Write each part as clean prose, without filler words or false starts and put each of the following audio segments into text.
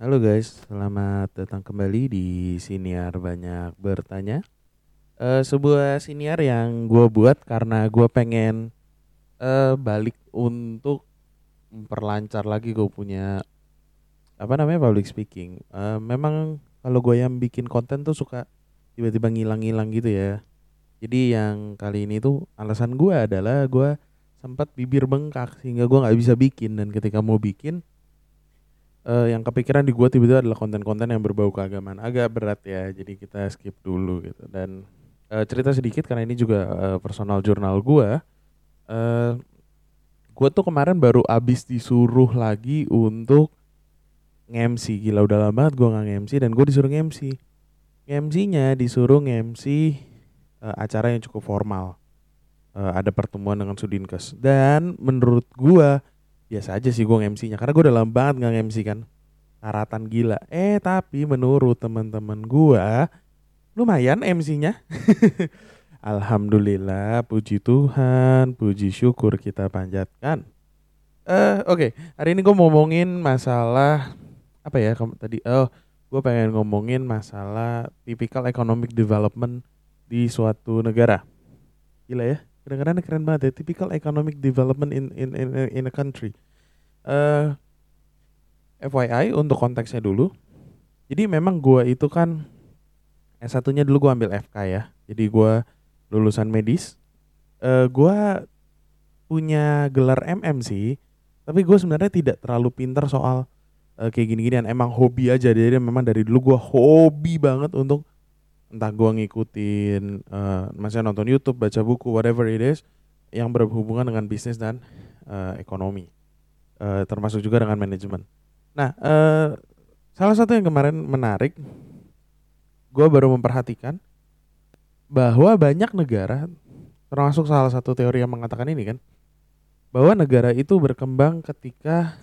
Halo guys, selamat datang kembali di Siniar Banyak Bertanya. Sebuah siniar yang gue buat karena gue pengen balik untuk memperlancar lagi gue punya apa namanya public speaking. Memang kalau gue yang bikin konten tuh suka tiba-tiba ngilang-ngilang gitu ya. Jadi yang kali ini tuh alasan gue adalah gue sempat bibir bengkak sehingga gue nggak bisa bikin, dan ketika mau bikin yang kepikiran di gua tiba-tiba adalah konten-konten yang berbau keagamaan. Agak berat ya, jadi kita skip dulu gitu. Dan cerita sedikit karena ini juga personal jurnal gua. Eh gua tuh kemarin baru abis disuruh lagi untuk nge-MC. Gila udah lama banget gua nggak nge-MC dan gua disuruh nge-MC. Nge-MC-nya disuruh nge-MC acara yang cukup formal. Ada pertemuan dengan Sudinkes. Dan menurut gua biasa aja sih gua nge-MC-nya karena gua udah lama banget nggak nge-MC kan. Karatan gila. Tapi menurut teman-teman gua lumayan MC-nya. Alhamdulillah, puji Tuhan, puji syukur kita panjatkan. Oke, hari ini gue mau ngomongin masalah apa ya kamu tadi? Gue pengen ngomongin masalah typical economic development di suatu negara. Gila ya, kedengarannya keren banget ya. Typical economic development in a country. Eh, FYI untuk konteksnya dulu. Jadi memang gue itu kan S1-nya dulu gue ambil FK ya. Jadi gue lulusan medis. Gue punya gelar MM sih. Tapi gue sebenarnya tidak terlalu pintar soal kayak gini-ginian. Emang hobi aja. Jadi memang dari dulu gue hobi banget untuk entah gue ngikutin, maksudnya nonton YouTube, baca buku, whatever it is, yang berhubungan dengan bisnis dan ekonomi. Termasuk juga dengan manajemen. Nah, salah satu yang kemarin menarik, gue baru memperhatikan bahwa banyak negara, termasuk salah satu teori yang mengatakan ini kan, bahwa negara itu berkembang ketika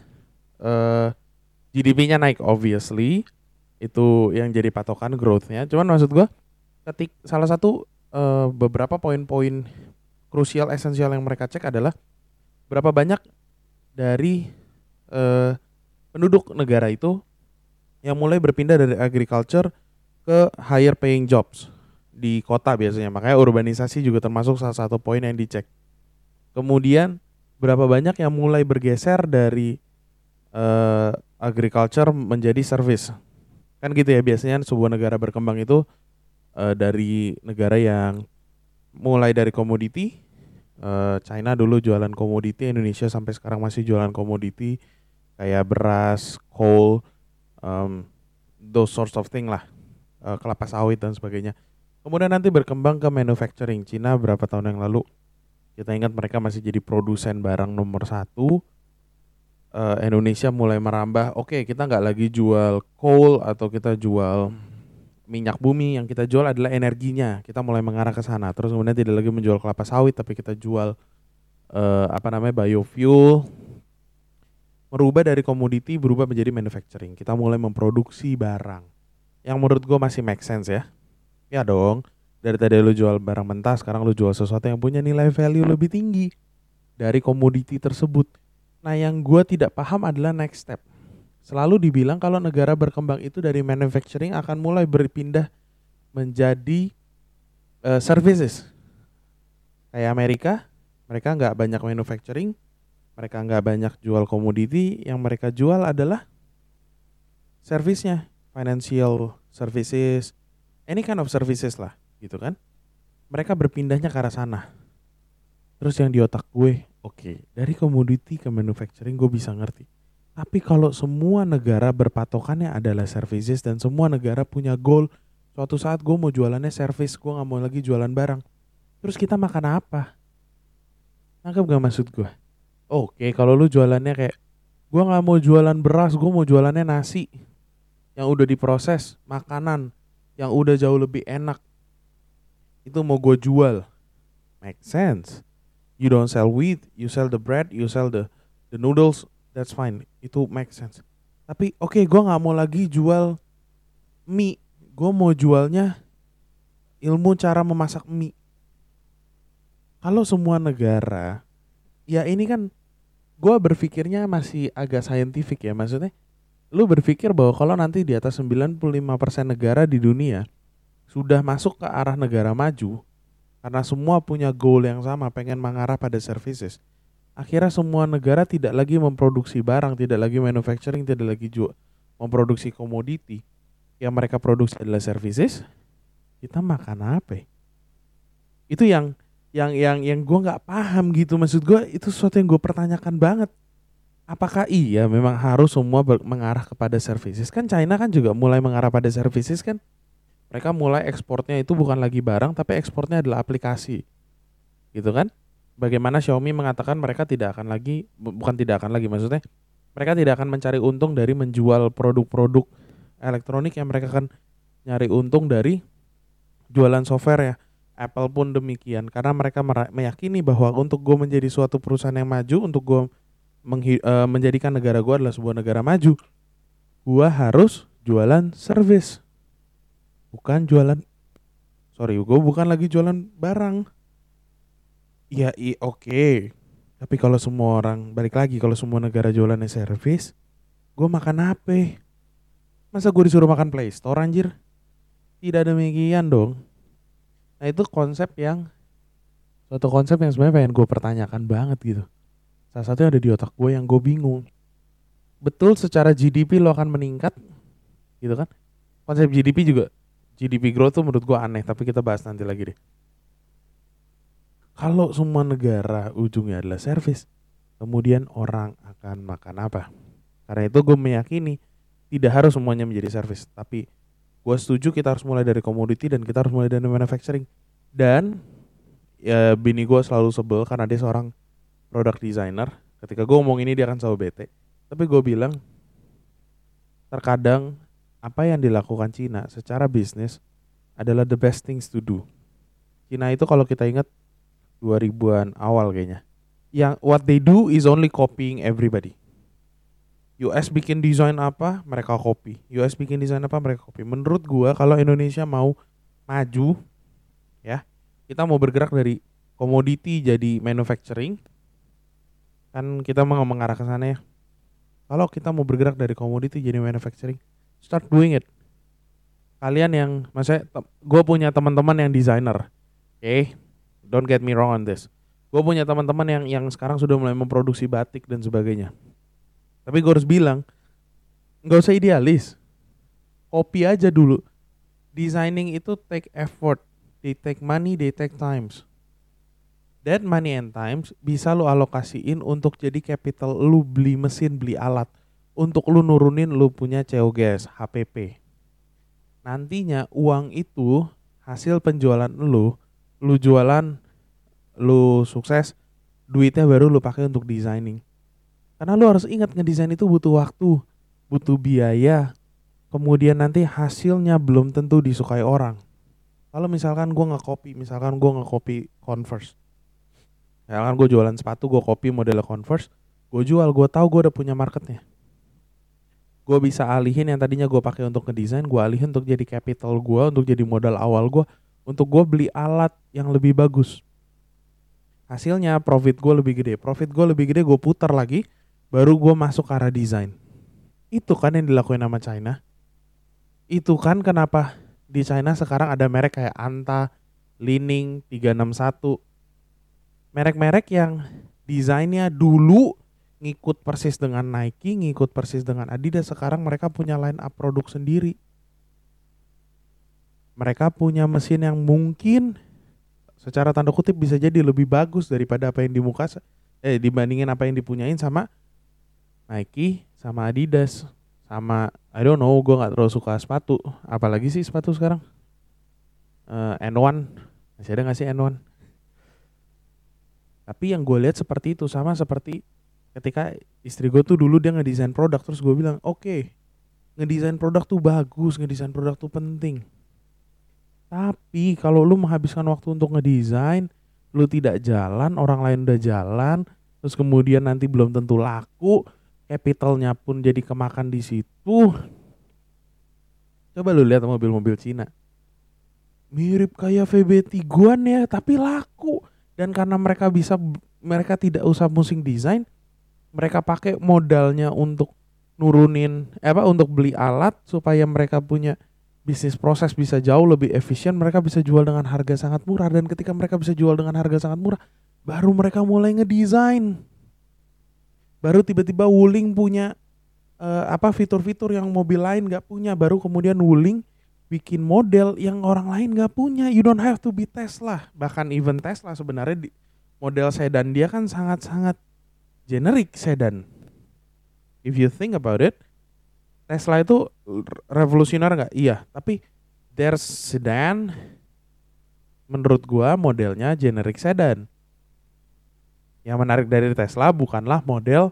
GDP-nya naik, obviously itu yang jadi patokan growth-nya. Cuman maksud gua, salah satu beberapa poin-poin krusial esensial yang mereka cek adalah berapa banyak dari eh, penduduk negara itu yang mulai berpindah dari agriculture ke higher paying jobs di kota biasanya. Makanya urbanisasi juga termasuk salah satu poin yang dicek. Kemudian berapa banyak yang mulai bergeser dari agriculture menjadi service. Kan gitu ya, biasanya sebuah negara berkembang itu dari negara yang mulai dari komoditi. China dulu jualan komoditi, Indonesia sampai sekarang masih jualan komoditi kayak beras, coal, those sorts of thing lah, kelapa sawit dan sebagainya. Kemudian nanti berkembang ke manufacturing. Cina berapa tahun yang lalu kita ingat mereka masih jadi produsen barang nomor satu. Indonesia mulai merambah, oke, kita nggak lagi jual coal atau kita jual minyak bumi, yang kita jual adalah energinya. Kita mulai mengarah ke sana. Terus kemudian tidak lagi menjual kelapa sawit, tapi kita jual apa namanya, biofuel. Merubah dari komoditi berubah menjadi manufacturing. Kita mulai memproduksi barang. Yang menurut gue masih make sense ya. Ya dong. Dari tadi lu jual barang mentah, sekarang lu jual sesuatu yang punya nilai value lebih tinggi dari komoditi tersebut. Nah, yang gue tidak paham adalah next step. Selalu dibilang kalau negara berkembang itu dari manufacturing akan mulai berpindah menjadi services. Kayak Amerika, mereka nggak banyak manufacturing, mereka nggak banyak jual komoditi, yang mereka jual adalah servisnya, financial services, any kind of services lah, gitu kan. Mereka berpindahnya ke arah sana. Terus yang di otak gue, oke, dari komoditi ke manufacturing gue bisa ngerti. Tapi kalau semua negara berpatokannya adalah services dan semua negara punya goal, suatu saat gue mau jualannya service, gue nggak mau lagi jualan barang. Terus kita makan apa? Nangkep gak maksud gue? Oke, kalau lu jualannya kayak, gue nggak mau jualan beras, gue mau jualannya nasi yang udah diproses, makanan yang udah jauh lebih enak. Itu mau gue jual, make sense. You don't sell wheat, you sell the bread, you sell the noodles, that's fine. Itu make sense. Tapi oke, gue nggak mau lagi jual mie. Gue mau jualnya ilmu cara memasak mie. Kalau semua negara, ya ini kan gue berpikirnya masih agak scientific ya. Maksudnya Lu berpikir bahwa kalau nanti di atas 95% negara di dunia sudah masuk ke arah negara maju, karena semua punya goal yang sama, pengen mengarah pada services. Akhirnya semua negara tidak lagi memproduksi barang, tidak lagi manufacturing, tidak lagi memproduksi komoditi. Yang mereka produksi adalah services. Kita makan apa? Itu yang gue nggak paham gitu. Maksud gue itu sesuatu yang gue pertanyakan banget. Apakah iya memang harus semua mengarah kepada services? Kan China kan juga mulai mengarah pada services kan. Mereka mulai ekspornya itu bukan lagi barang tapi ekspornya adalah aplikasi. Gitu kan? Bagaimana Xiaomi mengatakan mereka tidak akan lagi, bukan tidak akan lagi maksudnya, mereka tidak akan mencari untung dari menjual produk-produk elektronik, yang mereka akan nyari untung dari jualan software ya. Apple pun demikian, karena mereka meyakini bahwa untuk gue menjadi suatu perusahaan yang maju, untuk gue menjadikan negara gue adalah sebuah negara maju, gue harus jualan service, bukan jualan, gue bukan lagi jualan barang. Ya oke. Tapi kalau semua orang, balik lagi, kalau semua negara jualannya service, gue makan apa? Masa gue disuruh makan Play Store anjir? Tidak demikian dong. Nah itu suatu konsep yang sebenarnya pengen gue pertanyakan banget gitu. Salah satunya ada di otak gue yang gue bingung. Betul secara GDP lo akan meningkat gitu kan? Konsep GDP juga, GDP growth tuh menurut gue aneh, tapi kita bahas nanti lagi deh. Kalau semua negara ujungnya adalah service, kemudian orang akan makan apa? Karena itu gue meyakini tidak harus semuanya menjadi service, tapi gue setuju kita harus mulai dari komoditi dan kita harus mulai dari manufacturing. Dan ya bini gue selalu sebel karena dia seorang product designer. Ketika gue ngomong ini dia akan selalu bete. Tapi gue bilang terkadang apa yang dilakukan Cina secara bisnis adalah the best things to do. Cina itu kalau kita ingat 2000-an awal kayaknya, yang what they do is only copying everybody. US bikin desain apa, mereka copy. US bikin desain apa, mereka copy. Menurut gua kalau Indonesia mau maju, ya, kita mau bergerak dari komoditi jadi manufacturing, kan kita mau mengarah ke sana ya. Kalau kita mau bergerak dari komoditi jadi manufacturing, start doing it. Kalian yang, maksudnya, gue punya teman-teman yang desainer, oke? Don't get me wrong on this. Gue punya teman-teman yang sekarang sudah mulai memproduksi batik dan sebagainya. Tapi gue harus bilang, nggak usah idealis. Copy aja dulu. Designing itu take effort. They take money, they take times. That money and times bisa lo alokasiin untuk jadi capital lu beli mesin, beli alat. Untuk lu nurunin lu punya COGS, HPP. Nantinya uang itu hasil penjualan lu jualan, lu sukses, duitnya baru lu pakai untuk designing. Karena lu harus ingat ngedesain itu butuh waktu, butuh biaya. Kemudian nanti hasilnya belum tentu disukai orang. Kalau misalkan gue nge-copy Converse. Misalkan gue jualan sepatu, gue copy model Converse, gue jual, gue tahu gue udah punya marketnya. Gue bisa alihin yang tadinya gue pakai untuk ngedesain, gue alihin untuk jadi capital gue, untuk jadi modal awal gue, untuk gue beli alat yang lebih bagus. Hasilnya profit gue lebih gede, gue putar lagi, baru gue masuk ke arah desain. Itu kan yang dilakuin sama China. Itu kan kenapa di China sekarang ada merek kayak Anta, Li-Ning, 361. Merek-merek yang desainnya dulu ngikut persis dengan Nike, ngikut persis dengan Adidas. Sekarang mereka punya line up produk sendiri. Mereka punya mesin yang mungkin secara tanda kutip bisa jadi lebih bagus daripada apa yang dibandingin apa yang dipunyain sama Nike, sama Adidas, sama I don't know, gue nggak terlalu suka sepatu. Apalagi sih sepatu sekarang? N1, masih ada nggak sih N1? Tapi yang gue lihat seperti itu, sama seperti ketika istri gue tuh dulu dia ngedesain produk, terus gue bilang oke, ngedesain produk tuh bagus, ngedesain produk tuh penting. Tapi kalau lu menghabiskan waktu untuk ngedesain, lu tidak jalan, orang lain udah jalan, terus kemudian nanti belum tentu laku, capitalnya pun jadi kemakan di situ. Coba lu lihat mobil-mobil Cina, mirip kayak VB Tiguan ya, tapi laku. Dan karena mereka tidak usah pusing desain, mereka pakai modalnya untuk nurunin untuk beli alat supaya mereka punya bisnis proses bisa jauh lebih efisien, mereka bisa jual dengan harga sangat murah, dan ketika mereka bisa jual dengan harga sangat murah, baru mereka mulai ngedesain. Baru tiba-tiba Wuling punya fitur-fitur yang mobil lain nggak punya, baru kemudian Wuling bikin model yang orang lain nggak punya. You don't have to be Tesla. Bahkan even Tesla sebenarnya model sedan dia kan sangat-sangat generic sedan. If you think about it, Tesla itu revolusioner nggak? Iya, tapi their sedan menurut gua modelnya generic sedan. Yang menarik dari Tesla bukanlah model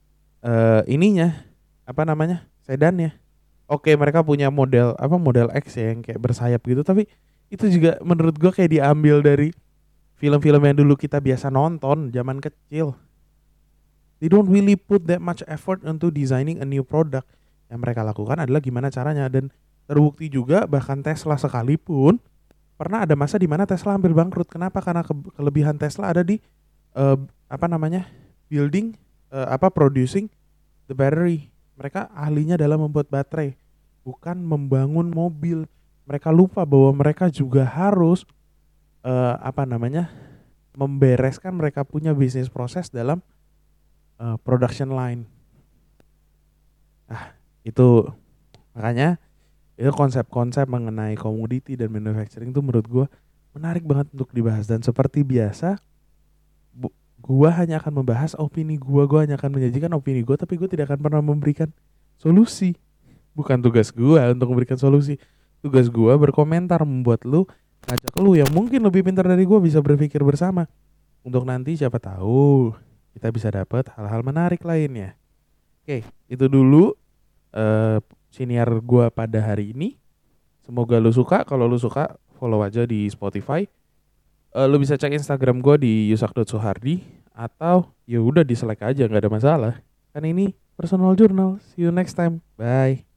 sedannya. Oke, mereka punya model X ya yang kayak bersayap gitu, tapi itu juga menurut gua kayak diambil dari film-film yang dulu kita biasa nonton zaman kecil. They don't really put that much effort into designing a new product. Yang mereka lakukan adalah gimana caranya, dan terbukti juga bahkan Tesla sekalipun pernah ada masa di mana Tesla hampir bangkrut. Kenapa? Karena kelebihan Tesla ada di building producing the battery. Mereka ahlinya dalam membuat baterai, bukan membangun mobil. Mereka lupa bahwa mereka juga harus membereskan mereka punya bisnis proses dalam production line. Itu makanya itu konsep-konsep mengenai komoditi dan manufacturing itu menurut gue menarik banget untuk dibahas. Dan seperti biasa, gue hanya akan membahas opini gue hanya akan menyajikan opini gue, tapi gue tidak akan pernah memberikan solusi. Bukan tugas gue untuk memberikan solusi. Tugas gue berkomentar, membuat lu, ngajak lu yang mungkin lebih pintar dari gue bisa berpikir bersama. Untuk nanti siapa tahu kita bisa dapat hal-hal menarik lainnya. Oke, itu dulu siniar gue pada hari ini. Semoga lu suka. Kalau lu suka, follow aja di Spotify. Lu bisa cek Instagram gue di yusak.suhardi, atau ya udah di Slack aja, nggak ada masalah. Kan ini personal journal. See you next time. Bye.